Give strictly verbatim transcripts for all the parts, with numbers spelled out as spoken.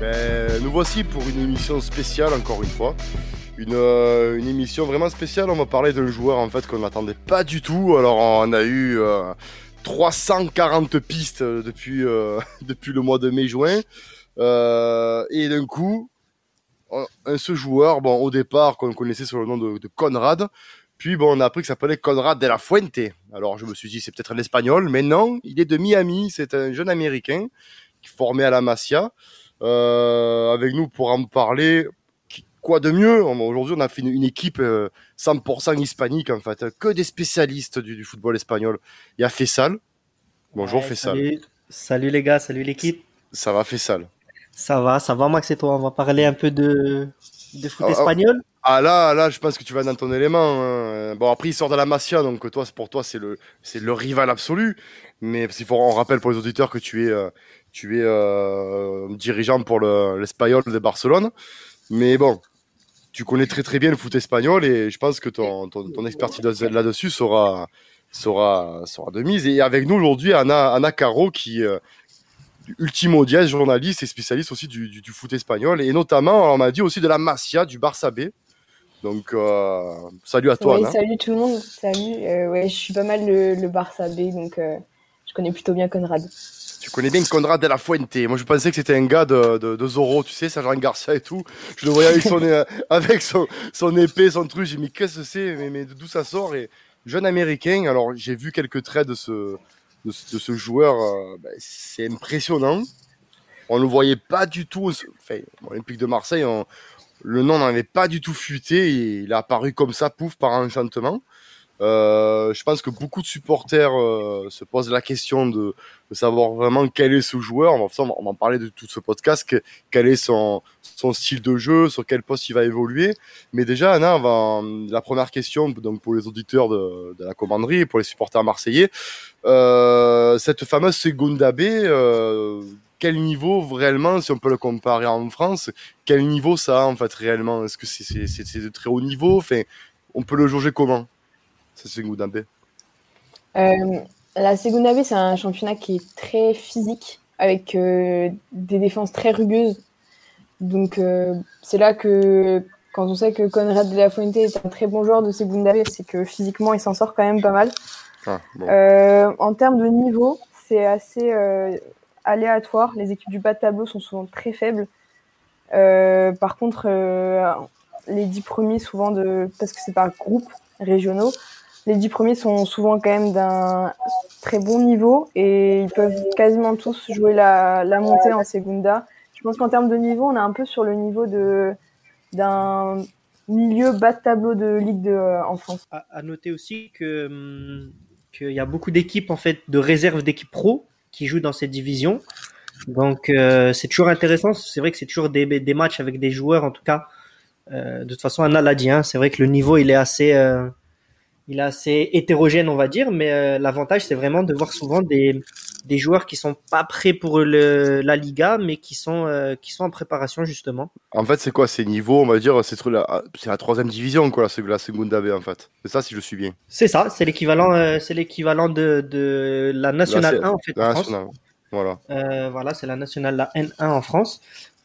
Ben, nous voici pour une émission spéciale, encore une fois. Une, euh, une émission vraiment spéciale. On va parler d'un joueur en fait qu'on n'attendait pas du tout. Alors, on a eu euh, trois cent quarante pistes depuis, euh, depuis le mois de mai-juin. Euh, et d'un coup, on, un, ce joueur, bon, au départ, qu'on connaissait sous le nom de, de Conrad. Puis, bon, on a appris qu'il s'appelait Conrad de la Fuente. Alors, je me suis dit, c'est peut-être l'espagnol. Mais non, il est de Miami. C'est un jeune Américain formé à la Masia. Euh, avec nous pour en parler. Quoi de mieux? Aujourd'hui, on a fait une, une équipe euh, cent pour cent hispanique, en fait. Que des spécialistes du, du football espagnol. Il y a Faisal. Bonjour, Ouais, Faisal. salut. Salut les gars, salut l'équipe. Ça va, Faisal? Ça va, ça va Max et toi? On va parler un peu de, de foot ah, espagnol. Ah là, là, je pense que tu vas dans ton élément. Hein. Bon, après, il sort de la Masia, donc toi, pour toi, c'est le, c'est le rival absolu. Mais parce qu'il faut, on rappelle pour les auditeurs que tu es, euh, tu es euh, dirigeant pour le, l'Espagnol de Barcelone. Mais bon, tu connais très très bien le foot espagnol et je pense que ton, ton, ton expertise là-dessus sera, sera, sera de mise. Et avec nous aujourd'hui, Anna, Anna Caro, qui euh, Ultimo Diaz, journaliste et spécialiste aussi du, du, du foot espagnol. Et notamment, on m'a dit aussi de la Masia, du Barça B. Donc, euh, salut à toi, ouais, Anna. Salut tout le monde, salut. Euh, ouais, je suis pas mal le, le Barça B, donc euh, je connais plutôt bien Conrad. Tu connais bien Conrad de la Fuente. Moi, je pensais que c'était un gars de, de, de Zorro, tu sais, Sergent Garcia et tout. Je le voyais avec son, avec son, son épée, son truc. J'ai dit, mais qu'est-ce que c'est? Mais, mais d'où ça sort? Et jeune américain, alors j'ai vu quelques traits de ce, de ce, de ce joueur. Euh, ben, c'est impressionnant. On ne le voyait pas du tout. Enfin, Olympique de Marseille, on, le nom n'avait pas du tout fuité. Et il a apparu comme ça, pouf, par enchantement. Euh, je pense que beaucoup de supporters euh, se posent la question de, de savoir vraiment quel est ce joueur. On va, on va en parler de tout ce podcast, que, quel est son, son style de jeu, sur quel poste il va évoluer. Mais déjà, Anna, va, la première question, donc pour les auditeurs de, de la commanderie et pour les supporters marseillais, euh, cette fameuse Segunda B, euh, quel niveau réellement, si on peut le comparer en France, quel niveau ça a en fait réellement? Est-ce que c'est, c'est, c'est, c'est de très haut niveau? Enfin, on peut le jauger comment? C'est Segunda B. Euh, la Segunda B, c'est un championnat qui est très physique, avec euh, des défenses très rugueuses. Donc, euh, c'est là que, quand on sait que Conrad de la Fuente est un très bon joueur de Segunda B, c'est que physiquement, il s'en sort quand même pas mal. Ah, bon. euh, en termes de niveau, c'est assez euh, aléatoire. Les équipes du bas de tableau sont souvent très faibles. Euh, par contre, euh, les dix premiers, souvent, de, parce que c'est par groupe régionaux, les dix premiers sont souvent quand même d'un très bon niveau et ils peuvent quasiment tous jouer la, la montée en Segunda. Je pense qu'en termes de niveau, on est un peu sur le niveau de, d'un milieu bas de tableau de Ligue deux euh, en France. À, à noter aussi que, hum, qu'il y a beaucoup d'équipes en fait, de réserve d'équipes pro qui jouent dans cette division. Donc euh, c'est toujours intéressant. C'est vrai que c'est toujours des, des matchs avec des joueurs, en tout cas. Euh, de toute façon, Anna l'a dit, hein, c'est vrai que le niveau il est assez... Euh, Il est assez hétérogène, on va dire, mais euh, l'avantage, c'est vraiment de voir souvent des, des joueurs qui sont pas prêts pour le, la Liga, mais qui sont, euh, qui sont en préparation, justement. En fait, c'est quoi ces niveaux? On va dire, c'est la, c'est la troisième division, quoi, la, la Segunda B, en fait. C'est ça, si je suis bien. C'est ça, c'est l'équivalent, euh, c'est l'équivalent de, de la Nationale la, un, en fait, la en nationale. France. Voilà. Euh, voilà, c'est la Nationale, la N un en France.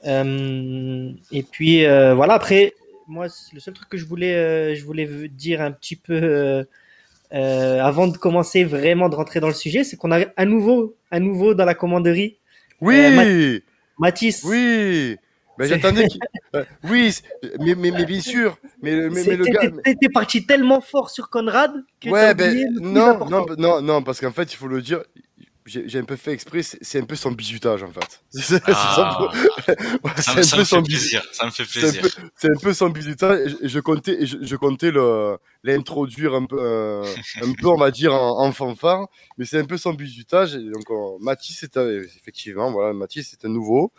Euh, et puis, euh, voilà, après, moi, le seul truc que je voulais, euh, je voulais dire un petit peu... Euh, Euh, avant de commencer vraiment de rentrer dans le sujet, c'est qu'on a à nouveau, à nouveau dans la commanderie. Oui, euh, Mathis. Oui. Ben, j'attendais qu'il... euh, oui, mais, mais, mais bien sûr. Mais, mais, mais le gars. T'es, t'es parti tellement fort sur Conrad que ouais, t'as oublié ben le plus non, important. non, non, non, parce qu'en fait, il faut le dire. J'ai, j'ai un peu fait exprès, c'est, c'est un peu son bizutage en fait. C'est, ah, c'est, ouais, ça, c'est ça un peu me son fait plaisir, ça me fait c'est plaisir. un peu, c'est un peu son bizutage. Et je, et je comptais, et je, je comptais le, l'introduire un peu, euh, un peu, on va dire en, en fanfare, mais c'est un peu son bizutage. Et donc, on, Mathis, c'est un, effectivement, voilà, Mathis, c'est un nouveau.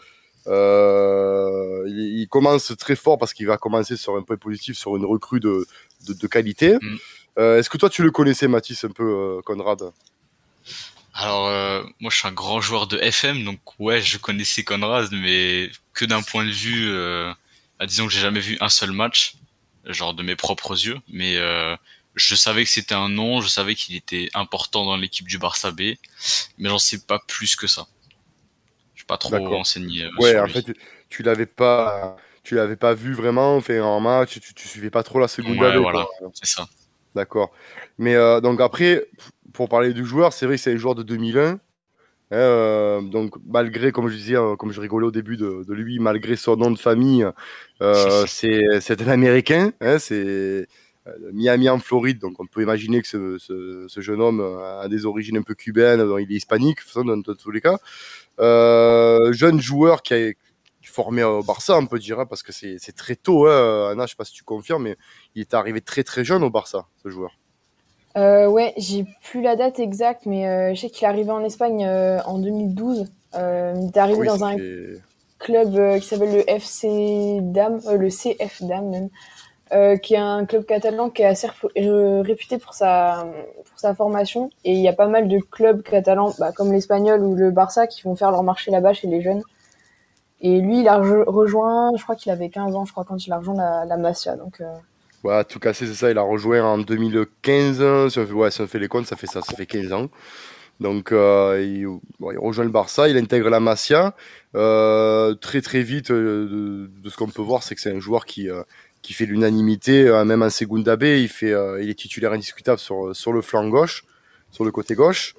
Euh, il, il commence très fort parce qu'il va commencer sur un point positif, sur une recrue de, de, de qualité. Mm. Euh, est-ce que toi, tu le connaissais, Mathis, un peu, euh, Conrad? Alors, euh, moi, je suis un grand joueur de F M, donc ouais, je connaissais Conrad, mais que d'un point de vue, euh, bah, disons que j'ai jamais vu un seul match, genre de mes propres yeux, mais euh, je savais que c'était un nom, je savais qu'il était important dans l'équipe du Barça B, mais j'en sais pas plus que ça. pas trop D'accord. renseigné euh, Ouais, sur en lui. fait, tu, tu l'avais pas, tu l'avais pas vu vraiment, fait en match, tu, tu suivais pas trop la Segunda Ouais, B, quoi. voilà, c'est ça. D'accord. Mais euh, donc après, pour parler du joueur, c'est vrai que c'est un joueur de deux mille un. Hein, euh, donc malgré, comme je disais, euh, comme je rigolais au début de, de lui, malgré son nom de famille, euh, c'est, c'est un Américain. Hein, c'est euh, Miami en Floride, donc on peut imaginer que ce, ce, ce jeune homme a des origines un peu cubaines, donc il est hispanique, dans, dans, dans tous les cas. Euh, jeune joueur qui a formé au Barça, on peut dire, hein, parce que c'est, c'est très tôt. Hein, Anna, je sais pas si tu confirmes, mais il est arrivé très très jeune au Barça, ce joueur. Euh, ouais, j'ai plus la date exacte, mais euh, je sais qu'il est arrivé en Espagne euh, en deux mille douze. Euh, il est Ah arrivé oui, dans ça un fait... club euh, qui s'appelle le F C Dam, euh, le C F Dam même, euh, qui est un club catalan qui est assez rep- euh, réputé pour sa pour sa formation. Et il y a pas mal de clubs catalans, bah, comme l'Espagnol ou le Barça, qui vont faire leur marché là-bas chez les jeunes. Et lui, il a re- rejoint, je crois qu'il avait quinze ans, je crois, quand il a rejoint la, la Masia. Donc, euh, Ouais, en tout cas, c'est ça, il a rejoint en deux mille quinze. Si on fait, ouais, si on fait les comptes, ça fait ça, ça fait quinze ans. Donc, euh, il, bon, il rejoint le Barça, il intègre la Masia. Euh, très très vite, euh, de, de ce qu'on peut voir, c'est que c'est un joueur qui, euh, qui fait l'unanimité, euh, même en Segunda B, il, fait, euh, il est titulaire indiscutable sur, sur le flanc gauche, sur le côté gauche.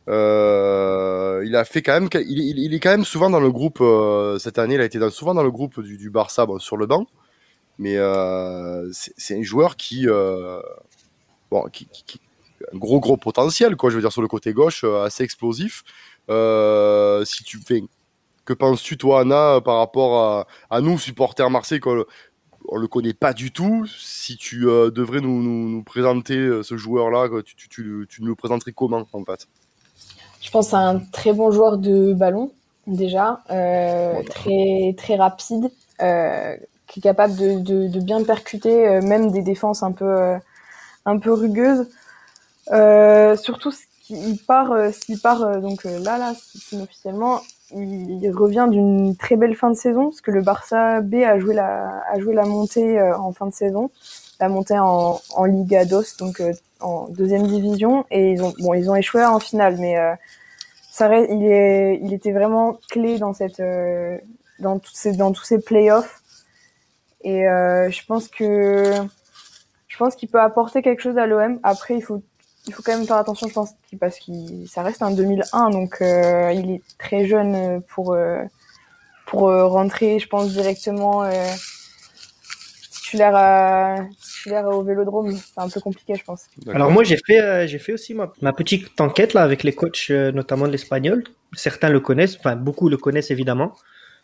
Euh, il a fait quand même, il, il, il est quand même souvent dans le groupe, euh, cette année, il a été dans, souvent dans le groupe du, du Barça, bon, sur le banc. Mais euh, c'est, c'est un joueur qui, euh, bon, qui, qui, qui un gros gros potentiel, quoi. Je veux dire sur le côté gauche, euh, assez explosif. Euh, si tu fais, que penses-tu toi, Anna, par rapport à, à nous supporters Marseille, qu'on on le connaît pas du tout. Si tu euh, devrais nous, nous, nous présenter euh, ce joueur-là, tu, tu, tu, tu nous le présenterais comment en fait? je pense que c'est un très bon joueur de ballon, déjà, euh, Voilà. très, très rapide, euh, qui est capable de, de, de bien percuter, euh, même des défenses un peu, euh, un peu rugueuses. Euh, surtout, il part, euh, s'il part euh, donc euh, là, là, officiellement, il, il revient d'une très belle fin de saison, parce que le Barça B a joué la, a joué la montée euh, en fin de saison, la montée en, en Liga dos, donc euh, en deuxième division, et ils ont, bon, ils ont échoué en finale, mais euh, ça, il est, il était vraiment clé dans cette, euh, dans tous ces, dans tous ces playoffs, et euh, je pense que, je pense qu'il peut apporter quelque chose à l'O M. Après, il faut il faut quand même faire attention, je pense, parce que ça reste un deux mille un, donc euh, il est très jeune pour euh, pour euh, rentrer, je pense, directement euh, titulaire à titulaire au Vélodrome. C'est un peu compliqué, je pense. D'accord. Alors moi j'ai fait euh, j'ai fait aussi ma, ma petite enquête là avec les coachs euh, notamment de l'espagnol. Certains le connaissent, enfin beaucoup le connaissent évidemment.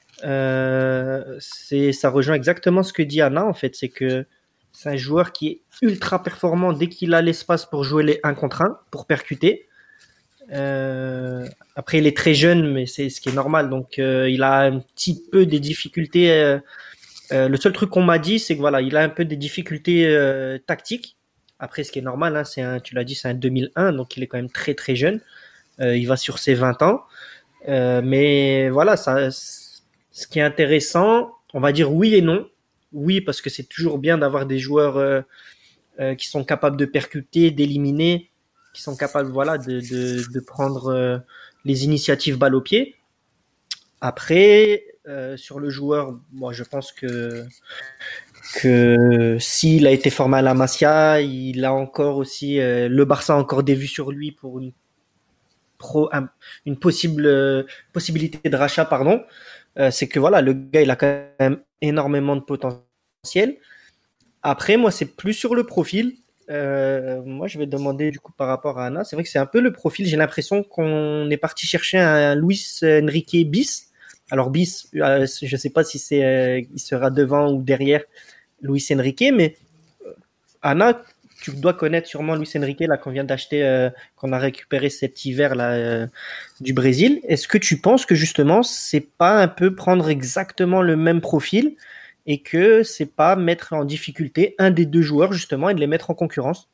Euh, c'est ça rejoint exactement ce que dit Anna en fait, c'est que c'est un joueur qui est ultra performant dès qu'il a l'espace pour jouer les un contre un, pour percuter. Euh, après, il est très jeune, mais c'est ce qui est normal. Donc, euh, il a un petit peu des difficultés. Euh, euh, le seul truc qu'on m'a dit, c'est que voilà, il a un peu des difficultés euh, tactiques. Après, ce qui est normal, hein, c'est un, tu l'as dit, c'est un deux mille un, donc il est quand même très très jeune. Euh, il va sur ses vingt ans. Euh, mais voilà, ça, ce qui est intéressant, on va dire oui et non. Oui, parce que c'est toujours bien d'avoir des joueurs euh, euh, qui sont capables de percuter, d'éliminer, qui sont capables voilà, de, de, de prendre euh, les initiatives balle au pied. Après, euh, sur le joueur, moi je pense que que s'il a été formé à la Masia, il a encore aussi euh, le Barça a encore des vues sur lui pour une pro un, une possible euh, possibilité de rachat, pardon. Euh, c'est que voilà, le gars il a quand même énormément de potentiel. Après, moi, c'est plus sur le profil. Euh, moi, je vais demander du coup par rapport à Anna. C'est vrai que c'est un peu le profil. J'ai l'impression qu'on est parti chercher un Luis Enrique bis. Alors bis, euh, je sais pas si c'est, euh, il sera devant ou derrière Luis Enrique, mais euh, Anna, tu dois connaître sûrement Luis Enrique là qu'on vient d'acheter, euh, qu'on a récupéré cet hiver là euh, du Brésil. Est-ce que tu penses que justement c'est pas un peu prendre exactement le même profil? Et que c'est pas mettre en difficulté un des deux joueurs justement et de les mettre en concurrence?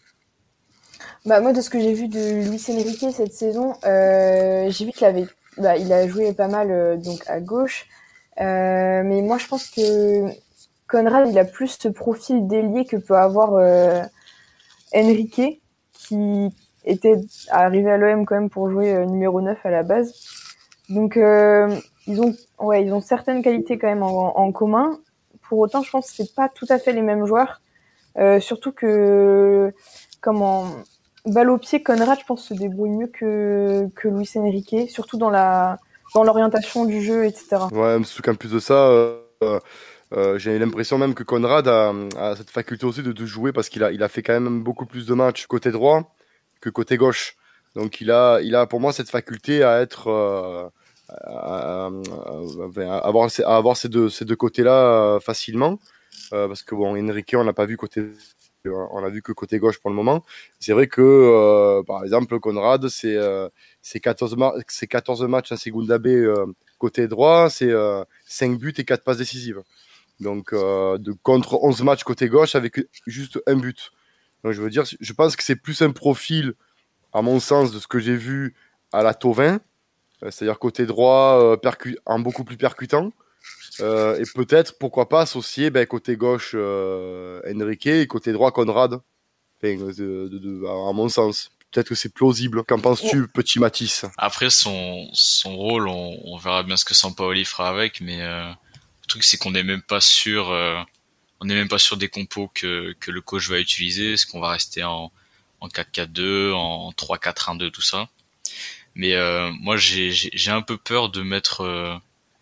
Bah moi, de ce que j'ai vu de Luis Enrique cette saison, euh, j'ai vu qu'il avait, bah, il a joué pas mal euh, donc à gauche, euh, mais moi je pense que Conrad il a plus ce profil d'ailier que peut avoir euh, Enrique, qui était arrivé à l'O M quand même pour jouer euh, numéro neuf à la base. Donc, euh, ils ont, ouais, ils ont certaines qualités quand même en, en commun. Pour autant, je pense que c'est pas tout à fait les mêmes joueurs. Euh, surtout que, comment, balle au pied, Conrad, je pense, se débrouille mieux que, que Luis Enrique, surtout dans la, dans l'orientation du jeu, et cetera. Ouais, surtout qu'en plus de ça, euh, euh, j'ai l'impression même que Conrad a, a cette faculté aussi de, de jouer parce qu'il a, il a fait quand même beaucoup plus de matchs côté droit que côté gauche. Donc il a, il a pour moi cette faculté à être, euh, à, à, à, à avoir, à avoir ces deux, ces deux côtés-là euh, facilement. Euh, parce que bon, Enrique, on n'a pas vu côté, on a vu que côté gauche pour le moment. C'est vrai que, euh, par exemple, Conrad, c'est, euh, c'est quatorze, ma- c'est quatorze matchs en Segunda B euh, côté droit, c'est euh, cinq buts et quatre passes décisives. Donc, euh, de, contre onze matchs côté gauche avec juste un but. Donc, je veux dire, je pense que c'est plus un profil, à mon sens, de ce que j'ai vu à la Thauvin, euh, c'est-à-dire côté droit, euh, percu- en beaucoup plus percutant. Euh, et peut-être, pourquoi pas, associer ben, côté gauche euh, Enrique et côté droit Conrad. Enfin, de, de, de, à mon sens. Peut-être que c'est plausible. Qu'en penses-tu, petit Matisse? Après, son, son rôle, on, on verra bien ce que Sampaoli fera avec, mais euh, le truc, c'est qu'on n'est même pas sûr, euh, on n'est même pas sûr des compos que, que le coach va utiliser. Est-ce qu'on va rester en, en quatre quatre deux, en trois quatre un deux, tout ça. Mais euh, moi, j'ai, j'ai, j'ai un peu peur de mettre... Euh,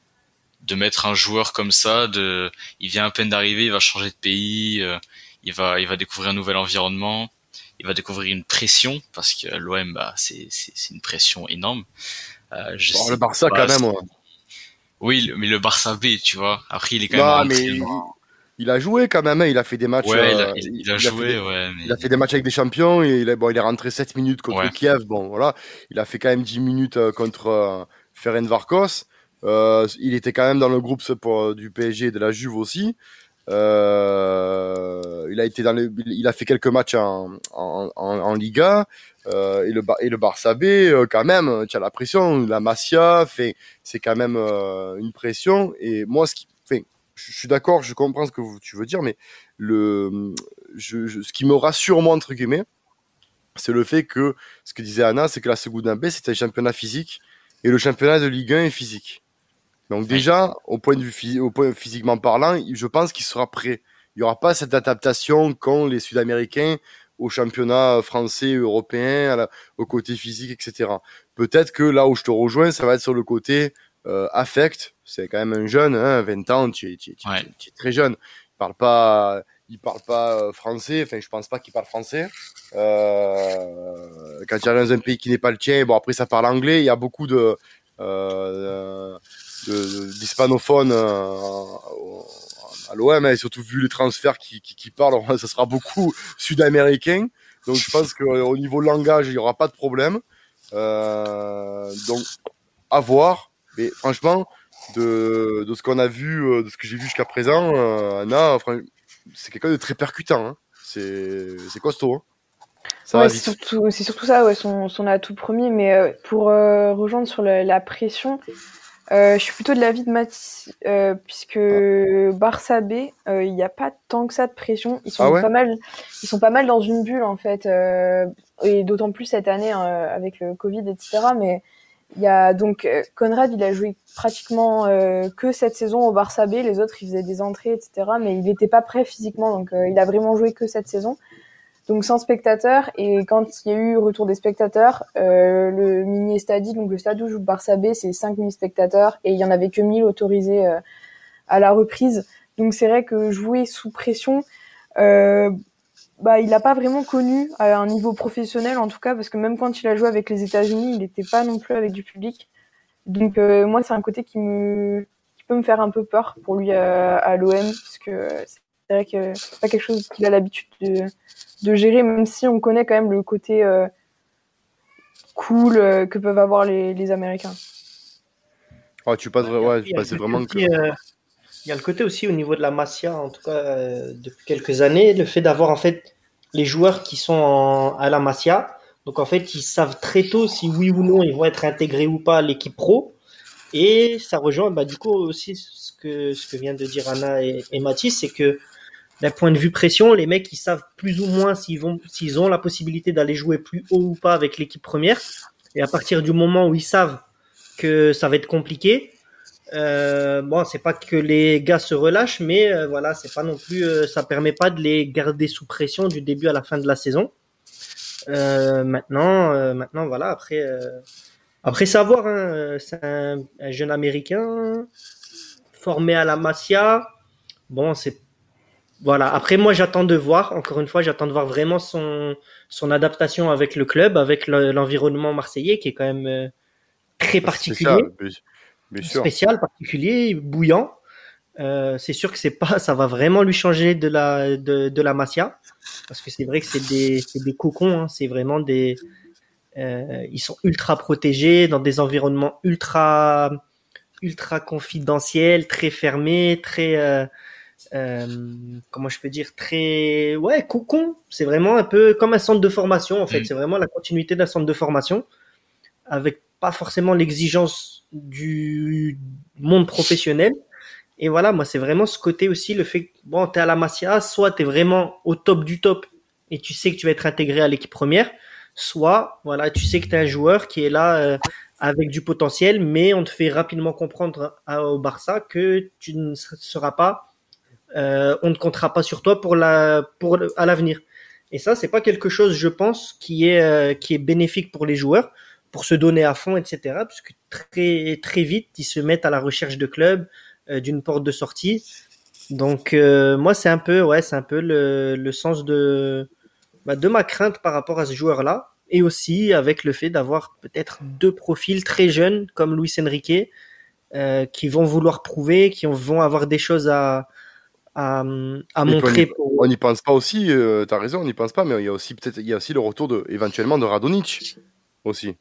de mettre un joueur comme ça, de, il vient à peine d'arriver, il va changer de pays, euh, il va, il va découvrir un nouvel environnement, il va découvrir une pression parce que l'O M, bah, c'est, c'est, c'est une pression énorme. Euh, je Bon, sais le Barça, pas, quand même. Ouais. Oui, le- mais le Barça B, tu vois. Après, il est quand Non, même mais rentré il, dans... il a joué quand même. Hein. Il a fait des matchs. Ouais, il a, Euh, il, il, il a il a fait joué, des, ouais, il a mais fait des matchs avec des champions. Et il, a, bon, il est rentré sept minutes contre ouais, Kiev. Bon, voilà. Il a fait quand même dix minutes euh, contre euh, Ferencváros. Euh, il était quand même dans le groupe pour, du P S G et de la Juve aussi. Euh, il a été dans le, il a fait quelques matchs en, en, en, en Liga euh, et le et le Barça B euh, quand même. Tu as la pression, la Masia, fait c'est quand même euh, une pression. Et moi, ce qui, fait, je suis d'accord, je comprends ce que tu veux dire, mais le, je, je, ce qui me rassure moi entre guillemets, c'est le fait que ce que disait Anna, c'est que la Segunda B c'était un championnat physique et le championnat de Ligue un est physique. Donc oui, déjà, au point de vue au point physiquement parlant, je pense qu'il sera prêt. Il n'y aura pas cette adaptation qu'ont les Sud-Américains au championnat français, européen, à la, au côté physique, et cetera. Peut-être que là où je te rejoins, ça va être sur le côté euh, affect. C'est quand même un jeune, hein, vingt ans, tu es, tu es, tu es, ouais. tu es très jeune. Il parle pas, il parle pas français. Enfin, je pense pas qu'il parle français. Euh, quand tu arrives dans un pays qui n'est pas le tien, bon après ça parle anglais. Il y a beaucoup de euh, de, d'hispanophones euh, à l'O M, et surtout vu les transferts qui, qui, qui parlent, ça sera beaucoup sud-américain. Donc je pense qu'au niveau langage, il n'y aura pas de problème. Euh, donc à voir. Mais franchement, de, de ce qu'on a vu, de ce que j'ai vu jusqu'à présent, euh, Anna, c'est quelqu'un de très percutant. Hein. C'est, c'est costaud. Hein. Ça ouais, va c'est vite. surtout, c'est surtout ça, ouais, son, son atout premier. Mais euh, pour euh, rejoindre sur le, la pression, euh, je suis plutôt de l'avis de Matisse, euh, puisque Ah, Barça B, il euh, n'y a pas tant que ça de pression. Ils ah sont ouais? pas mal, ils sont pas mal dans une bulle en fait, euh, et d'autant plus cette année euh, avec le Covid, et cetera. Mais il y a donc euh, Conrad, il a joué pratiquement euh, que cette saison au Barça B. Les autres, ils faisaient des entrées, et cetera. Mais il n'était pas prêt physiquement, donc euh, il a vraiment joué que cette saison. Donc sans spectateurs, et quand il y a eu retour des spectateurs, euh, le mini estadi, donc le stade où joue le Barça B, c'est cinq mille spectateurs, et il y en avait que mille autorisés euh, à la reprise. Donc c'est vrai que jouer sous pression, euh, bah il n'a pas vraiment connu à un niveau professionnel en tout cas, parce que même quand il a joué avec les États-Unis, il n'était pas non plus avec du public. Donc euh, moi c'est un côté qui me qui peut me faire un peu peur pour lui à, à l'O M, parce que c'est vrai que c'est pas quelque chose qu'il a l'habitude de de gérer, même si on connaît quand même le côté euh, cool euh, que peuvent avoir les, les Américains. Oh, tu passes, Ouais, ouais, il tu y a le passais côté vraiment que. aussi, euh, il y a le côté aussi au niveau de la Masia, en tout cas euh, depuis quelques années, le fait d'avoir en fait les joueurs qui sont en, à la Masia. Donc en fait, ils savent très tôt si oui ou non ils vont être intégrés ou pas à l'équipe pro. Et ça rejoint bah, du coup aussi ce que, ce que vient de dire Anna et, et Mathis, c'est que d'un point de vue pression, les mecs ils savent plus ou moins s'ils vont, s'ils ont la possibilité d'aller jouer plus haut ou pas avec l'équipe première. Et à partir du moment où ils savent que ça va être compliqué. Euh, bon, c'est pas que les gars se relâchent, mais euh, voilà, c'est pas non plus, euh, ça permet pas de les garder sous pression du début à la fin de la saison. Euh, maintenant, euh, maintenant, voilà, après, euh, après savoir, hein, c'est un, un jeune Américain formé à la Masia. Bon, c'est voilà. Après, moi, j'attends de voir. Encore une fois, j'attends de voir vraiment son son adaptation avec le club, avec le, l'environnement marseillais, qui est quand même euh, très particulier, spécial, bien, bien sûr. spécial, particulier, bouillant. Euh, c'est sûr que c'est pas, ça va vraiment lui changer de la de, de la Masia, parce que c'est vrai que c'est des c'est des cocons, hein, c'est vraiment des euh, ils sont ultra protégés dans des environnements ultra ultra confidentiels, très fermés, très euh, euh, comment je peux dire, très ouais cocon. C'est vraiment un peu comme un centre de formation en fait. Mm. C'est vraiment la continuité d'un centre de formation avec pas forcément l'exigence du monde professionnel. Et voilà, moi, c'est vraiment ce côté aussi, le fait que, bon, t'es à la Masia, soit t'es vraiment au top du top et tu sais que tu vas être intégré à l'équipe première, soit, voilà, tu sais que t'es un joueur qui est là euh, avec du potentiel, mais on te fait rapidement comprendre à, au Barça que tu ne seras pas, euh, on ne comptera pas sur toi pour la, pour le- à l'avenir. Et ça, c'est pas quelque chose, je pense, qui est, euh, qui est bénéfique pour les joueurs, pour se donner à fond, et cetera, puisque très, très vite, ils se mettent à la recherche de clubs, euh, d'une porte de sortie. Donc euh, moi c'est un peu ouais c'est un peu le, le sens de bah, de ma crainte par rapport à ce joueur-là, et aussi avec le fait d'avoir peut-être deux profils très jeunes comme Luis Enrique euh, qui vont vouloir prouver, qui vont avoir des choses à à, à Mais puis on montrer. y, Pour... on y pense pas aussi, euh, t'as raison, on n'y pense pas, mais il y a aussi peut-être il y a aussi le retour de éventuellement de Radonjic aussi.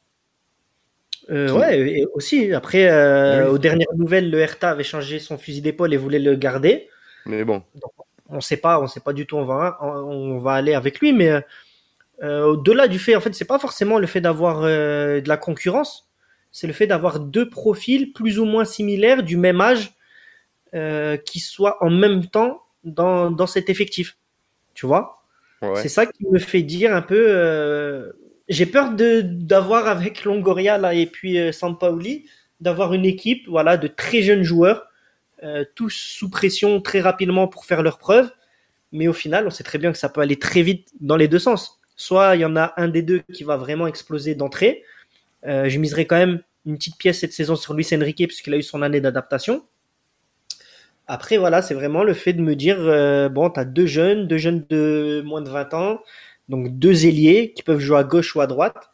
Euh, Qui... ouais, et aussi après euh, Oui. aux dernières nouvelles, le Hertha avait changé son fusil d'épaule et voulait le garder. Mais bon. Donc, on sait pas, on sait pas du tout où on va on va aller avec lui, mais Euh, au-delà du fait, en fait, c'est pas forcément le fait d'avoir euh, de la concurrence, c'est le fait d'avoir deux profils plus ou moins similaires du même âge euh, qui soient en même temps dans, dans cet effectif. Tu vois? Ouais. C'est ça qui me fait dire un peu. Euh, j'ai peur de d'avoir avec Longoria là et puis euh, Sampaoli d'avoir une équipe voilà de très jeunes joueurs euh, tous sous pression très rapidement pour faire leurs preuves, mais au final, on sait très bien que ça peut aller très vite dans les deux sens. Soit il y en a un des deux qui va vraiment exploser d'entrée. Euh, je miserai quand même une petite pièce cette saison sur Luis Enrique puisqu'il a eu son année d'adaptation. Après, voilà, c'est vraiment le fait de me dire, euh, bon, tu as deux jeunes, deux jeunes de moins de vingt ans, donc deux ailiers qui peuvent jouer à gauche ou à droite,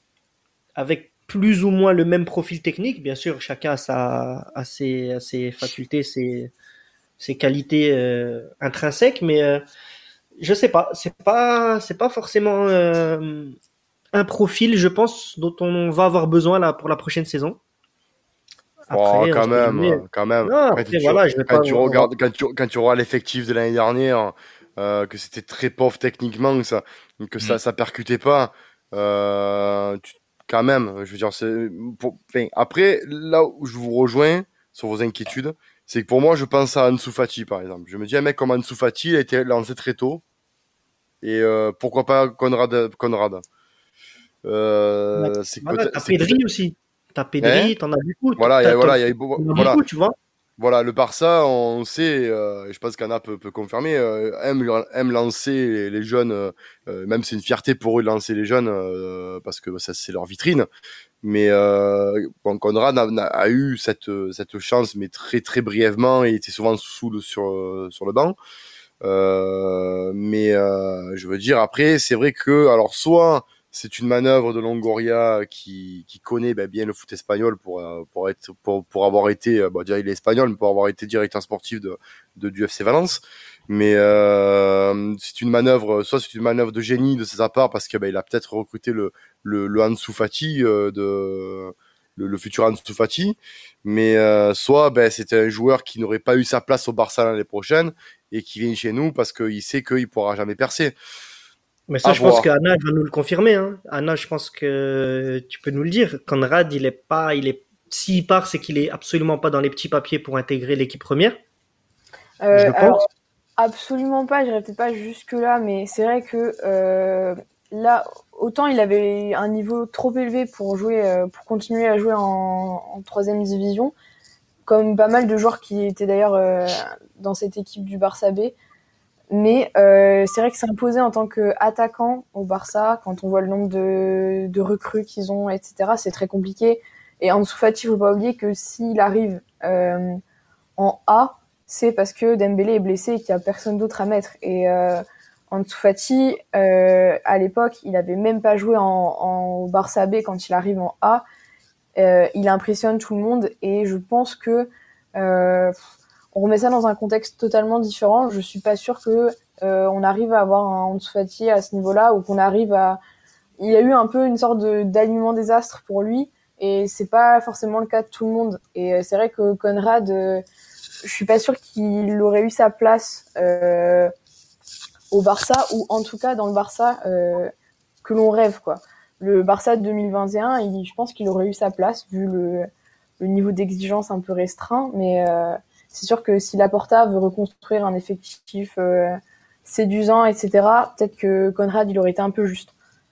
avec plus ou moins le même profil technique. Bien sûr, chacun a, sa, a, ses, a ses facultés, ses, ses qualités euh, intrinsèques, mais euh, je sais pas, c'est pas, c'est pas forcément euh, un profil, je pense, dont on va avoir besoin là pour la prochaine saison. Oh, Après, on quand sait même, jamais. quand même. Non, Quand après tu, voilà, je vais quand pas. tu On va... regardes, quand tu, quand tu regardes l'effectif de l'année dernière, euh, que c'était très pauvre techniquement, que ça, que ça, Mm. ça percutait pas, euh, tu- quand même, je veux dire, c'est, pour, enfin, après, là où je vous rejoins sur vos inquiétudes, c'est que pour moi, je pense à Ansu Fati, par exemple. Je me dis, un mec comme Ansu Fati, il a été lancé très tôt, et euh, pourquoi pas Conrad, Conrad. Euh, c'est que Voilà, peut-être, t'as c'est que Pedri peut-être, aussi. T'as hein? Pedri, t'en as beaucoup. Voilà, il y T'as, a, t'en voilà, il y a, beau- t'en as voilà. beaucoup, tu vois. Voilà, le Barça, on sait, euh, je pense qu'Anna peut, peut confirmer, euh, aime, aime lancer les, les jeunes, euh, euh, même c'est une fierté pour eux de lancer les jeunes, euh, parce que ça c'est leur vitrine. Mais euh, bon, Conrad a, a eu cette, cette chance, mais très très brièvement, et était souvent sous le, sur, sur le banc. Euh, mais euh, je veux dire, après, c'est vrai que, alors soit c'est une manœuvre de Longoria qui, qui connaît ben, bien le foot espagnol pour, euh, pour, être, pour, pour avoir été, euh, bon, dire il est espagnol, mais pour avoir été directeur sportif de, de, du F C Valence. Mais euh, c'est une manœuvre, soit c'est une manœuvre de génie de sa part parce que ben, il a peut-être recruté le, le, le Ansu Fati euh, de le, le futur Ansu Fati, mais euh, soit ben, c'était un joueur qui n'aurait pas eu sa place au Barça l'année prochaine et qui vient chez nous parce qu'il sait qu'il pourra jamais percer. Mais ça, À je pense voir. qu'Anna va nous le confirmer. Hein. Anna, je pense que tu peux nous le dire. Conrad, il est pas, il est, s'il part, c'est qu'il est absolument pas dans les petits papiers pour intégrer l'équipe première. Euh, je pense. alors, absolument pas, j'irai peut-être pas jusque-là, mais c'est vrai que euh, là, autant il avait un niveau trop élevé pour jouer, euh, pour continuer à jouer en, en troisième division, comme pas mal de joueurs qui étaient d'ailleurs euh, dans cette équipe du Barça B. Mais euh, c'est vrai que s'imposer en tant qu'attaquant au Barça, quand on voit le nombre de, de recrues qu'ils ont, et cetera, c'est très compliqué. Et Ansu Fati, il faut pas oublier que s'il arrive euh, en A, c'est parce que Dembélé est blessé et qu'il y a personne d'autre à mettre. Et euh, Ansu Fati, euh, à l'époque, il avait même pas joué en, en Barça B quand il arrive en A. Euh, il impressionne tout le monde et je pense que euh, on remet ça dans un contexte totalement différent. Je suis pas sûre que euh, on arrive à avoir un Ansu Fati à ce niveau-là ou qu'on arrive à. Il y a eu un peu une sorte de d'alignement des astres pour lui et c'est pas forcément le cas de tout le monde. Et c'est vrai que Konrad, euh, je suis pas sûre qu'il aurait eu sa place euh, au Barça ou en tout cas dans le Barça euh, que l'on rêve quoi. Le Barça de deux mille vingt et un, il, je pense qu'il aurait eu sa place vu le, le niveau d'exigence un peu restreint, mais euh, c'est sûr que si Laporta veut reconstruire un effectif euh, séduisant, et cetera, peut-être que Konrad, il aurait été un peu juste.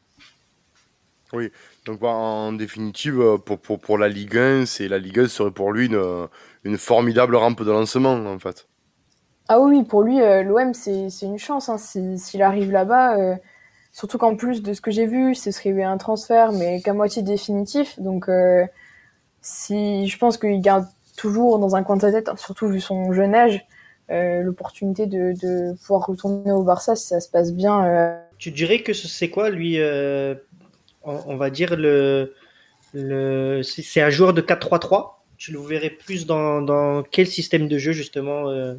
Oui, donc bah, en définitive, pour, pour, pour la Ligue un, c'est, la Ligue un serait pour lui une, une formidable rampe de lancement, en fait. Ah oui, pour lui, euh, l'O M, c'est, c'est une chance. Hein, si, s'il arrive là-bas, euh, surtout qu'en plus de ce que j'ai vu, ce serait un transfert, mais qu'à moitié définitif. Donc, euh, si je pense qu'il garde toujours dans un coin de sa tête, surtout vu son jeune âge, euh, l'opportunité de, de pouvoir retourner au Barça si ça se passe bien. Euh... Tu dirais que c'est quoi, lui, euh, on, on va dire, le, le, c'est, c'est un joueur de quatre trois trois. Tu le verrais plus dans, dans quel système de jeu, justement, euh,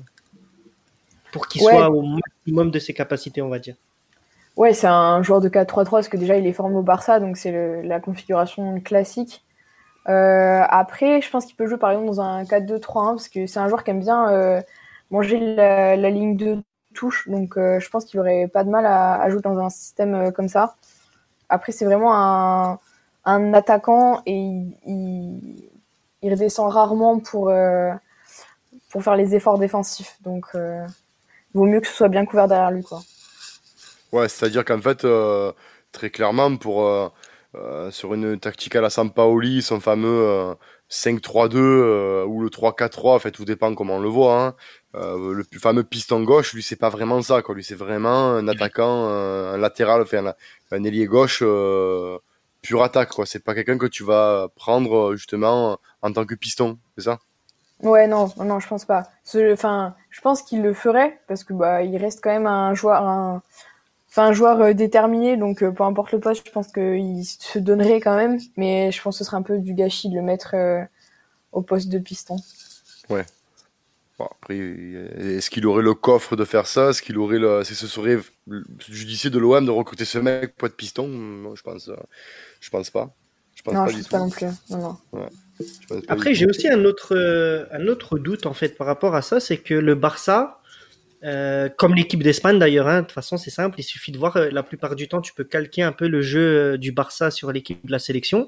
pour qu'il ouais. soit au maximum de ses capacités, on va dire. Ouais, c'est un joueur de quatre trois trois parce que déjà, il est formé au Barça, donc c'est le, la configuration classique. Euh, après, je pense qu'il peut jouer par exemple dans un quatre deux trois un parce que c'est un joueur qui aime bien euh, manger la, la ligne de touche, donc euh, je pense qu'il aurait pas de mal à, à jouer dans un système euh, comme ça. Après, c'est vraiment un, un attaquant et il, il, il redescend rarement pour, euh, pour faire les efforts défensifs, donc euh, il vaut mieux que ce soit bien couvert derrière lui, quoi. Ouais, c'est-à-dire qu'en fait, euh, très clairement, pour euh, euh, sur une tactique à la Sampaoli, son fameux euh, cinq trois deux euh, ou le trois quatre trois, en fait, tout dépend comment on le voit. Hein. Euh, le plus fameux piston gauche, lui, c'est pas vraiment ça, quoi. Lui, c'est vraiment un attaquant, euh, un latéral, enfin, un, un ailier gauche euh, pure attaque, quoi. C'est pas quelqu'un que tu vas prendre justement en tant que piston, c'est ça? Ouais, non, non, je pense pas. Enfin, je pense qu'il le ferait parce que bah, il reste quand même un joueur, un, enfin, un joueur euh, déterminé, donc euh, peu importe le poste, je pense qu'il se donnerait quand même. Mais je pense que ce serait un peu du gâchis de le mettre euh, au poste de piston. Ouais. Bon, après, est-ce qu'il aurait le coffre de faire ça? Est-ce qu'il aurait le, est-ce que ce serait judicieux de l'O M de recruter ce mec pour être piston? Non, je pense, je pense pas. Je pense non, pas je du pense tout. pas non plus. Non, non. Ouais. Après, j'ai aussi un autre, euh, un autre doute en fait par rapport à ça, c'est que le Barça, euh, comme l'équipe d'Espagne d'ailleurs, hein, de toute façon c'est simple, il suffit de voir, euh, la plupart du temps tu peux calquer un peu le jeu euh, du Barça sur l'équipe de la sélection.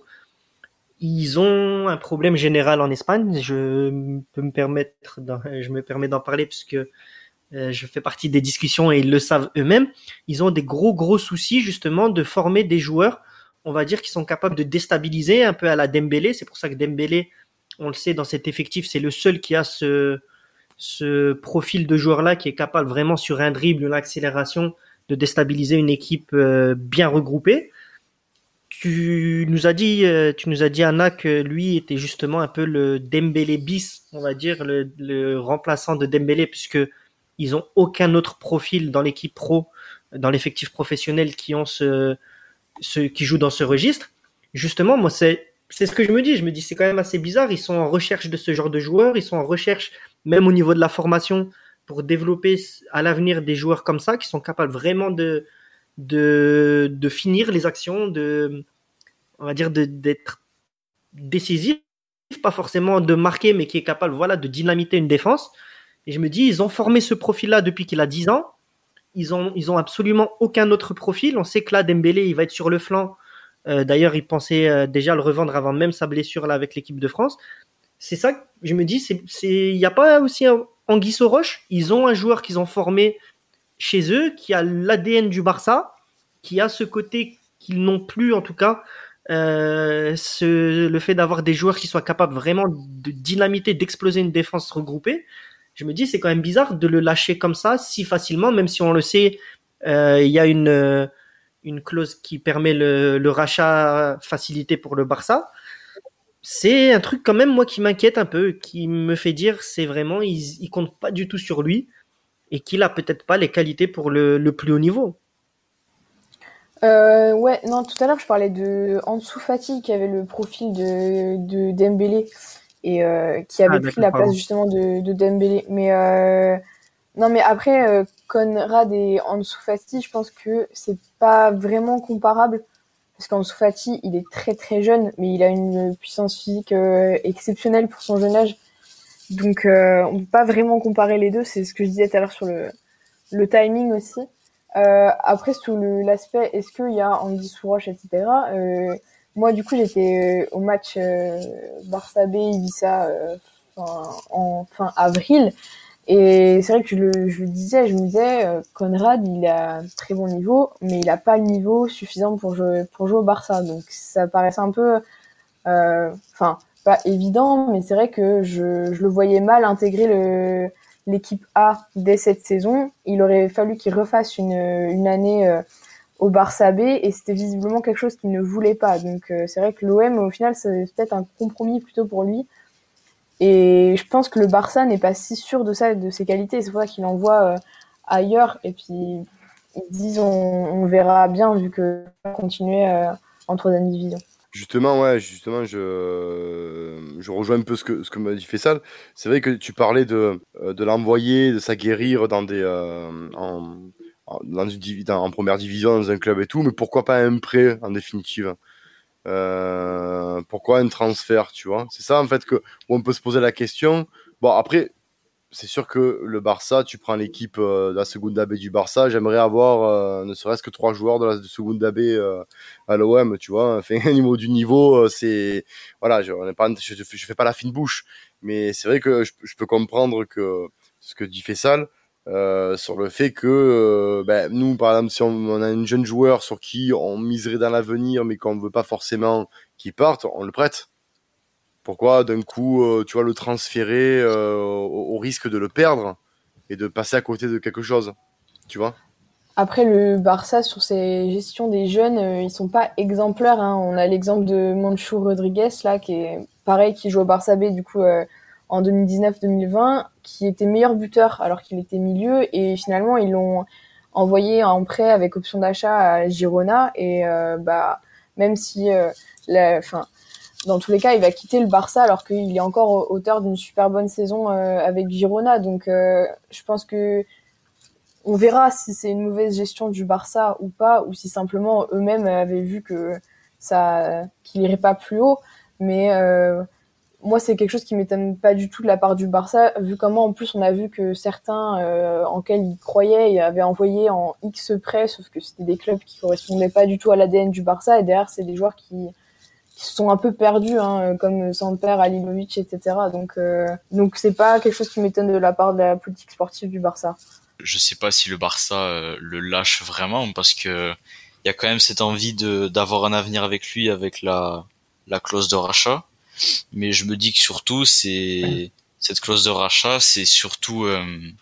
Ils ont un problème général en Espagne. Je peux me permettre, d'en, je me permets d'en parler puisque euh, je fais partie des discussions et ils le savent eux-mêmes. Ils ont des gros gros soucis justement de former des joueurs, on va dire, qui sont capables de déstabiliser un peu à la Dembélé. C'est pour ça que Dembélé, on le sait, dans cet effectif, c'est le seul qui a ce ce profil de joueur-là qui est capable vraiment sur un dribble, une accélération, de déstabiliser une équipe euh, bien regroupée. Tu nous as dit, tu nous as dit, Anna, que lui était justement un peu le Dembélé bis, on va dire, le, le remplaçant de Dembélé, puisque ils ont aucun autre profil dans l'équipe pro, dans l'effectif professionnel qui ont ce, ce, qui joue dans ce registre. Justement, moi, c'est, c'est ce que je me dis. Je me dis, c'est quand même assez bizarre. Ils sont en recherche de ce genre de joueurs. Ils sont en recherche, même au niveau de la formation, pour développer à l'avenir des joueurs comme ça, qui sont capables vraiment de, de, de finir les actions, de, on va dire, de, d'être décisif, pas forcément de marquer, mais qui est capable, voilà, de dynamiter une défense. Et je me dis, ils ont formé ce profil-là depuis qu'il a dix ans. Ils ont, ils ont absolument aucun autre profil. On sait que là, Dembélé, il va être sur le flanc. Euh, d'ailleurs, il pensait euh, déjà le revendre avant même sa blessure là avec l'équipe de France. C'est ça que je me dis, c'est, c'est, il n'y a pas aussi un anguille sous roche. Ils ont un joueur qu'ils ont formé chez eux, qui a l'A D N du Barça, qui a ce côté qu'ils n'ont plus, en tout cas, euh, ce, le fait d'avoir des joueurs qui soient capables vraiment de dynamiter, d'exploser une défense regroupée. Je me dis, c'est quand même bizarre de le lâcher comme ça, si facilement, même si on le sait, euh, il y a une, une clause qui permet le, le rachat facilité pour le Barça. C'est un truc quand même, moi, qui m'inquiète un peu, qui me fait dire, c'est vraiment, ils, ils comptent pas du tout sur lui et qu'il a peut-être pas les qualités pour le, le plus haut niveau. Euh, ouais, non, tout à l'heure, je parlais de Ansu Fati qui avait le profil de, de Dembélé et euh, qui avait Ah, pris d'accord, la pardon. place justement de, de Dembélé. Mais euh, non, mais après, euh, Konrad et Ansu Fati, je pense que c'est pas vraiment comparable parce qu'Ansu Fati, il est très très jeune, mais il a une puissance physique euh, exceptionnelle pour son jeune âge. Donc, euh, on peut pas vraiment comparer les deux. C'est ce que je disais tout à l'heure sur le, le timing aussi. Euh, après, sous le, l'aspect, est-ce qu'il y a Andy Souroche, et cetera. Euh, moi, du coup, j'étais euh, au match euh, Barça B, Ibiza euh, fin, en fin avril. Et c'est vrai que je le, je le disais, je me disais, euh, Konrad, il a un très bon niveau, mais il a pas le niveau suffisant pour jouer, pour jouer au Barça. Donc, ça paraissait un peu... Enfin, euh, pas évident, mais c'est vrai que je, je le voyais mal intégrer le, l'équipe A dès cette saison. Il aurait fallu qu'il refasse une, une année euh, au Barça B et c'était visiblement quelque chose qu'il ne voulait pas. Donc euh, c'est vrai que l'O M, au final, c'est peut-être un compromis plutôt pour lui. Et je pense que le Barça n'est pas si sûr de ça, de ses qualités. C'est pour ça qu'il envoie euh, ailleurs. Et puis ils disent on, on verra bien vu que va continuer euh, en troisième division. Justement, ouais, justement, je, je rejoins un peu ce que, ce que m'a dit Faisal. C'est vrai que tu parlais de, euh, de l'envoyer, de s'aguerrir dans des, euh, en, en, dans une divi- dans- en première division, dans un club et tout, mais pourquoi pas un prêt en définitive? Euh, pourquoi un transfert, tu vois? C'est ça, en fait, que, où on peut se poser la question. Bon, après, c'est sûr que le Barça, tu prends l'équipe euh, de la Segunda B du Barça, j'aimerais avoir euh, ne serait-ce que trois joueurs de la de Segunda B euh, à l'O M, tu vois. Enfin, au niveau du niveau, euh, c'est voilà, je, on est pas, je, je, fais, je fais pas la fine bouche, mais c'est vrai que je, je peux comprendre que ce que dit Fessal euh, sur le fait que euh, ben, nous, par exemple, si on, on a un jeune joueur sur qui on miserait dans l'avenir, mais qu'on veut pas forcément qu'il parte, on le prête. Pourquoi d'un coup, euh, tu vois, le transférer euh, au, au risque de le perdre et de passer à côté de quelque chose, tu vois? Après, le Barça, sur ses gestions des jeunes, euh, ils sont pas exemplaires. Hein. On a l'exemple de Manchou Rodriguez, là, qui est pareil, qui joue au Barça B, du coup, euh, en deux mille dix-neuf deux mille vingt, qui était meilleur buteur alors qu'il était milieu. Et finalement, ils l'ont envoyé en prêt avec option d'achat à Girona. Et euh, bah, même si, euh, la, fin, dans tous les cas, il va quitter le Barça alors qu'il est encore auteur d'une super bonne saison euh, avec Girona. Donc, euh, je pense que on verra si c'est une mauvaise gestion du Barça ou pas, ou si simplement eux-mêmes avaient vu que ça, qu'il irait pas plus haut. Mais euh, moi, c'est quelque chose qui m'étonne pas du tout de la part du Barça, vu comment en plus on a vu que certains euh, en quels ils croyaient ils avaient envoyé en X prêts, sauf que c'était des clubs qui correspondaient pas du tout à l'A D N du Barça, et derrière c'est des joueurs qui qui se sont un peu perdus, hein, comme Samper, Alilovic, et cetera. Donc, euh, donc c'est pas quelque chose qui m'étonne de la part de la politique sportive du Barça. Je sais pas si le Barça euh, le lâche vraiment parce que il y a quand même cette envie de d'avoir un avenir avec lui avec la la clause de rachat. Mais je me dis que surtout c'est cette clause de rachat, c'est surtout euh,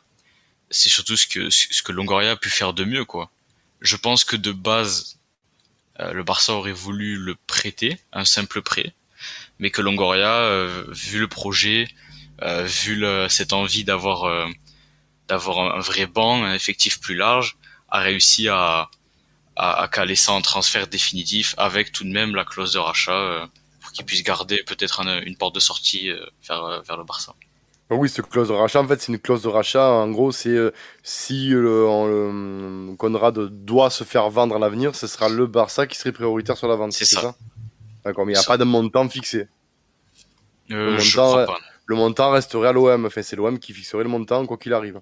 c'est surtout ce que ce que Longoria a pu faire de mieux quoi. Je pense que de base euh, le Barça aurait voulu le prêter, un simple prêt, mais que Longoria euh, vu le projet, euh, vu le, cette envie d'avoir euh, d'avoir un vrai banc, un effectif plus large, a réussi à, à, à caler ça en transfert définitif avec tout de même la clause de rachat euh, pour qu'il puisse garder peut-être un, une porte de sortie euh, vers, vers le Barça. Oui, cette clause de rachat, en fait, c'est une clause de rachat. En gros, c'est euh, si le, on, le, Conrad doit se faire vendre à l'avenir, ce sera le Barça qui serait prioritaire sur la vente. C'est C'est ça. ça? D'accord, mais il n'y a pas de montant fixé. Euh, Le je montant, crois pas. le montant resterait à l'O M. Enfin, c'est l'O M qui fixerait le montant quoi qu'il arrive.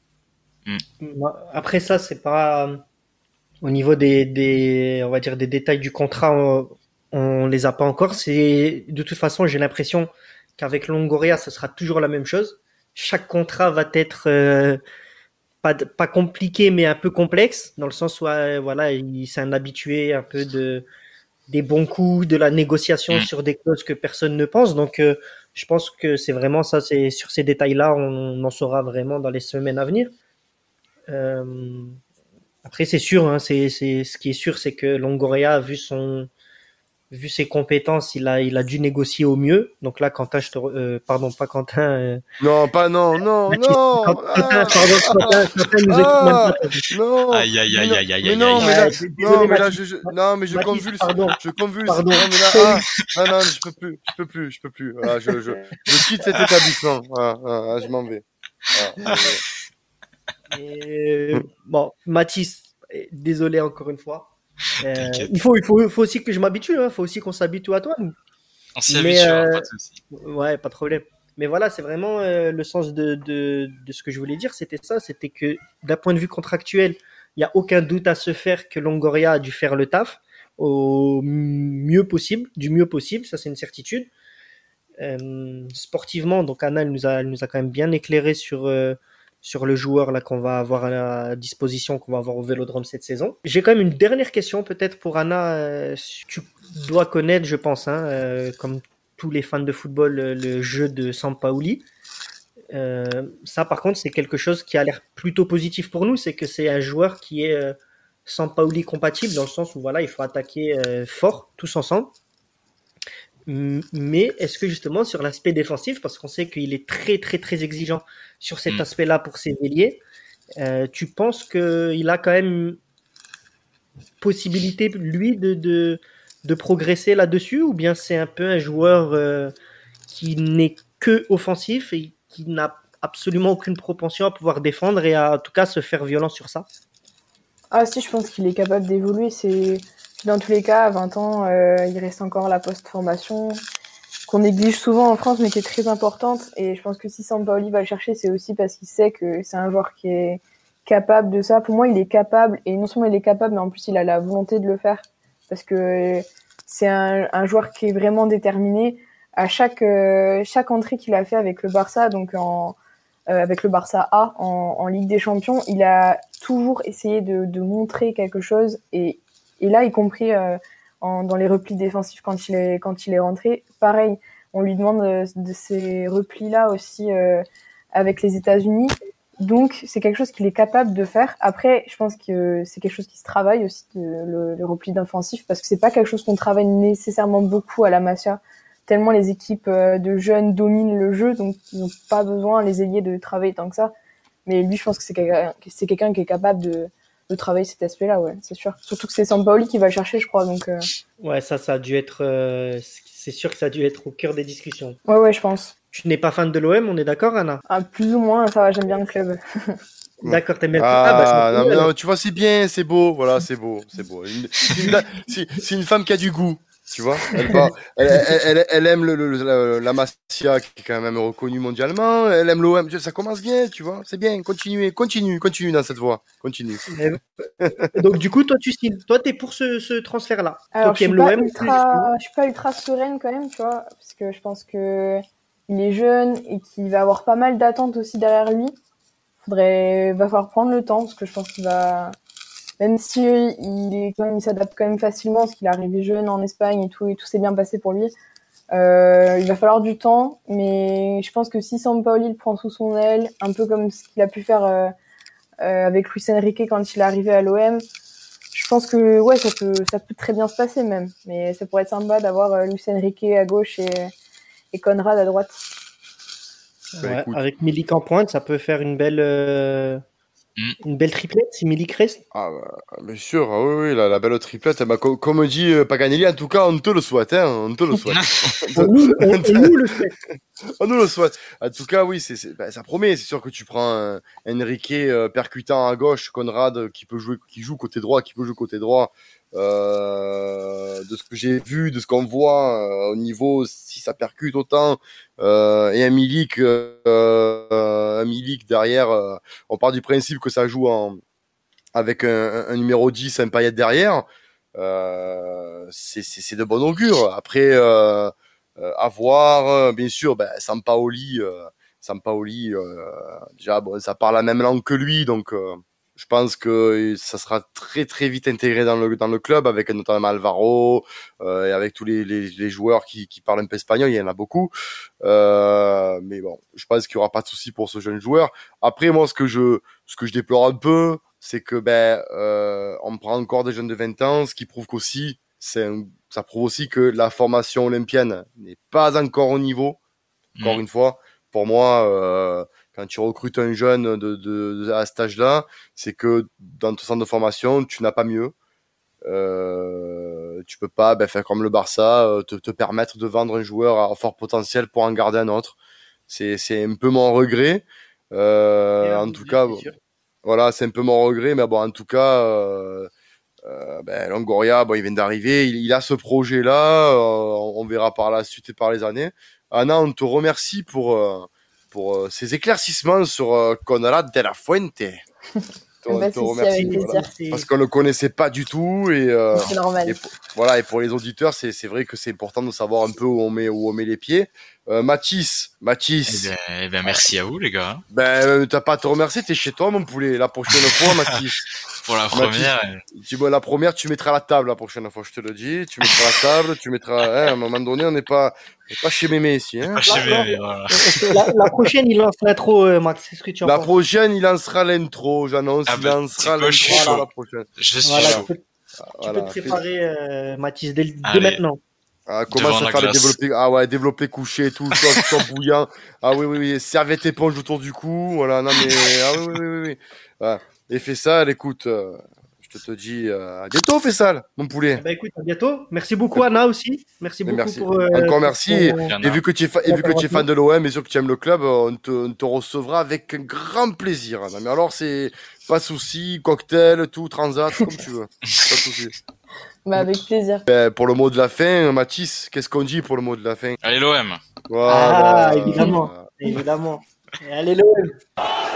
Après ça, c'est pas au niveau des, des, on va dire des détails du contrat, on, on les a pas encore. C'est de toute façon, j'ai l'impression qu'avec Longoria, ce sera toujours la même chose. Chaque contrat va être euh, pas, pas compliqué, mais un peu complexe, dans le sens où euh, voilà, il, c'est un habitué un peu de, des bons coups, de la négociation mmh. sur des clauses que personne ne pense. Donc, euh, je pense que c'est vraiment ça, c'est sur ces détails-là, on, on en saura vraiment dans les semaines à venir. Euh, après, c'est sûr, hein, c'est, c'est, ce qui est sûr, c'est que Longoria a vu son, vu ses compétences, il a, il a dû négocier au mieux. Donc là, Quentin, je te, euh, pardon, pas Quentin. Euh, non, pas non, non, Mathis, non. Quentin, ah, pardon, Quentin, Quentin nous écoute ah, même pas. Non. Aïe, aïe, aïe, aïe, aïe, mais non, aïe. mais là, Ouais, non, mais là, Mathis, je, je, non, mais je Mathis, convulse, pardon, je convulse. pardon. Non, mais là, ah, non, non, je peux plus, je peux plus, je peux plus. Voilà, je, je, je quitte cet établissement. Voilà, voilà, je m'en vais. Voilà, Et, bon, Mathis, désolé encore une fois. Euh, il faut, il faut, il faut aussi que je m'habitue. Il hein, faut aussi qu'on s'habitue à toi. Nous. On s'y habitue, euh, pas de souci. Ouais, pas de problème. Mais voilà, c'est vraiment euh, le sens de, de, de ce que je voulais dire. C'était ça, c'était que d'un point de vue contractuel, il n'y a aucun doute à se faire que Longoria a dû faire le taf au mieux possible, du mieux possible. Ça, c'est une certitude. Euh, sportivement, donc Anna, elle nous a, elle nous a quand même bien éclairé sur. Euh, sur le joueur là qu'on va avoir à la disposition, qu'on va avoir au Vélodrome cette saison. J'ai quand même une dernière question peut-être pour Anna. Euh, tu dois connaître, je pense, hein, euh, comme tous les fans de football, le, le jeu de Sampaoli. Euh, ça, par contre, c'est quelque chose qui a l'air plutôt positif pour nous. C'est que c'est un joueur qui est euh, Sampaoli compatible dans le sens où voilà, il faut attaquer euh, fort tous ensemble. Mais est-ce que justement sur l'aspect défensif, parce qu'on sait qu'il est très très très exigeant sur cet mmh. aspect-là pour ses ailiers, euh, tu penses qu'il a quand même possibilité lui de, de, de progresser là-dessus, ou bien c'est un peu un joueur euh, qui n'est que offensif et qui n'a absolument aucune propension à pouvoir défendre et à en tout cas se faire violence sur ça? Ah si, je pense qu'il est capable d'évoluer. C'est dans tous les cas, à vingt ans, euh, il reste encore la post-formation qu'on néglige souvent en France, mais qui est très importante. Et je pense que si Sampaoli va le chercher, c'est aussi parce qu'il sait que c'est un joueur qui est capable de ça. Pour moi, il est capable, et non seulement il est capable, mais en plus, il a la volonté de le faire. Parce que c'est un, un joueur qui est vraiment déterminé. À chaque, euh, chaque entrée qu'il a fait avec le Barça, donc en, euh, avec le Barça A en, en Ligue des Champions, il a toujours essayé de, de montrer quelque chose. Et Et là, y compris euh, en, dans les replis défensifs quand il est quand il est rentré, pareil, on lui demande de, de ces replis-là aussi euh, avec les États-Unis. Donc, c'est quelque chose qu'il est capable de faire. Après, je pense que c'est quelque chose qui se travaille aussi, le, le repli défensif, parce que c'est pas quelque chose qu'on travaille nécessairement beaucoup à la Masia, tellement les équipes de jeunes dominent le jeu, donc ils n'ont pas besoin, les ailiers, de travailler tant que ça. Mais lui, je pense que c'est quelqu'un, c'est quelqu'un qui est capable de de travailler cet aspect-là, ouais, c'est sûr. Surtout que c'est Sampaoli qui va le chercher, je crois, donc... Euh... Ouais, ça, ça a dû être... Euh, c'est sûr que ça a dû être au cœur des discussions. Ouais, ouais, je pense. Tu n'es pas fan de l'O M, on est d'accord, Anna? Ah, plus ou moins, ça va, j'aime bien le club. D'accord, t'aimes bien le club. Ah, ah bah, non, non, tu vois, c'est bien, c'est beau, voilà, c'est beau, c'est beau. C'est une, c'est, c'est une femme qui a du goût. Tu vois, elle, va, elle, elle, elle, elle aime le, le, le, la Masia qui est quand même reconnue mondialement. Elle aime l'O M. Ça commence bien, tu vois. C'est bien. Continuez, continue, continue dans cette voie. Continue. Donc du coup, toi, tu signes. Toi, t'es pour ce, ce transfert-là. Alors, toi, je suis pas ultra, je suis pas ultra sereine quand même, tu vois, parce que je pense que il est jeune et qu'il va avoir pas mal d'attentes aussi derrière lui. Faudrait, va falloir prendre le temps parce que je pense qu'il va. Même si il est quand même, il s'adapte quand même facilement parce qu'il est arrivé jeune en Espagne et tout, et tout s'est bien passé pour lui. Euh, il va falloir du temps, mais je pense que si Sampaoli le prend sous son aile, un peu comme ce qu'il a pu faire euh, euh, avec Luis Enrique quand il est arrivé à l'O M, je pense que ouais, ça peut, ça peut très bien se passer même. Mais ça pourrait être sympa d'avoir euh, Luis Enrique à gauche et, et Conrad à droite. Ouais, avec Milik en pointe, ça peut faire une belle. Euh... Une belle triplette, si Milik reste. Ah bah, bien sûr, ah oui, oui, la, la belle triplette. Bah, comme, comme dit euh, Paganelli, en tout cas, on te le souhaite, hein, on te le souhaite. on, nous, on, on nous le souhaite. On nous le souhaite. En tout cas, oui, c'est, c'est, bah, ça promet. C'est sûr que tu prends un Enrique euh, percutant à gauche, Conrad euh, qui peut jouer, qui joue côté droit, qui peut jouer côté droit. Euh, de ce que j'ai vu, de ce qu'on voit euh, au niveau, si ça percute autant, euh, et un Milik, euh, un Milik derrière, euh, on part du principe que ça joue en, avec un, un numéro dix, un Payet derrière, euh, c'est, c'est, c'est de bon augure. Après, euh, euh, à voir, bien sûr, ben, Sampaoli, euh, Sampaoli, euh, déjà, bon, ça parle la même langue que lui, donc euh, je pense que ça sera très très vite intégré dans le dans le club, avec notamment Alvaro euh, et avec tous les, les, les joueurs qui, qui parlent un peu espagnol, il y en a beaucoup. Euh, mais bon, je pense qu'il y aura pas de souci pour ce jeune joueur. Après, moi, ce que je ce que je déplore un peu, c'est que ben euh, on prend encore des jeunes de vingt ans, ce qui prouve qu'aussi c'est un, ça prouve aussi que la formation olympienne n'est pas encore au niveau. Encore mmh. une fois, pour moi, euh, quand tu recrutes un jeune de, de, de à cet âge-là, c'est que dans ton centre de formation, tu n'as pas mieux. Euh, tu peux pas ben, faire comme le Barça, te, te permettre de vendre un joueur à fort potentiel pour en garder un autre. C'est, c'est un peu mon regret. Euh, en tout cas, voilà, c'est un peu mon regret, mais bon, en tout cas, euh, euh, ben, Longoria, bon, il vient d'arriver, il, il a ce projet-là, euh, on, on verra par la suite et par les années. Anna, on te remercie pour, euh, pour euh, ces éclaircissements sur euh, Conrad de la Fuente. On bah, te remercie, voilà, parce qu'on le connaissait pas du tout et, euh, c'est normal. Et pour, voilà, et pour les auditeurs, c'est, c'est vrai que c'est important de savoir un peu où on met, où on met les pieds. Euh, Mathis, Mathis. Eh ben, eh ben, merci à vous, les gars. Ben, t'as pas à te remercier, t'es chez toi, mon poulet. La prochaine fois, Mathis. Pour la première. Mathis, tu, la première, tu mettras la table la prochaine fois, je te le dis. Tu mettras la table, tu mettras, hein, à un moment donné, on n'est pas, on n'est pas chez Mémé ici, hein. Pas chez Mémé, voilà. La, la prochaine, il lance l'intro, euh, Max. C'est ce que tu en La penses. prochaine, il lancera l'intro, j'annonce, ah il bah, lancera quoi, l'intro voilà. la prochaine. Je suis voilà, chaud. Tu peux, voilà. tu peux te préparer, euh, Mathis, dès, dès Allez. maintenant. Ah, commence à faire les développés, ah ouais, développés couchés et tout, soit, soit bouillant. Ah oui, oui, oui, serviette éponge autour du cou, voilà, non mais, ah oui, oui, oui, oui. Voilà. Et Fessal, écoute, euh, je te dis, euh, à bientôt Fessal, mon poulet. Eh ben, écoute, à bientôt. Merci beaucoup, Anna, aussi. Merci beaucoup merci. pour, euh, encore merci. pour ton... Et vu que tu es, fa- et vu que tu es fan de l'O M et sûr que tu aimes le club, on te, on te recevra avec un grand plaisir, Anna. Mais alors, c'est pas de souci, cocktail, tout, transat, comme tu veux. Pas de souci. Bah, avec plaisir. Ben, pour le mot de la fin, Mathis, qu'est-ce qu'on dit pour le mot de la fin? Allez, l'O M. Voilà. Ah, évidemment. Évidemment. Et allez, l'O M.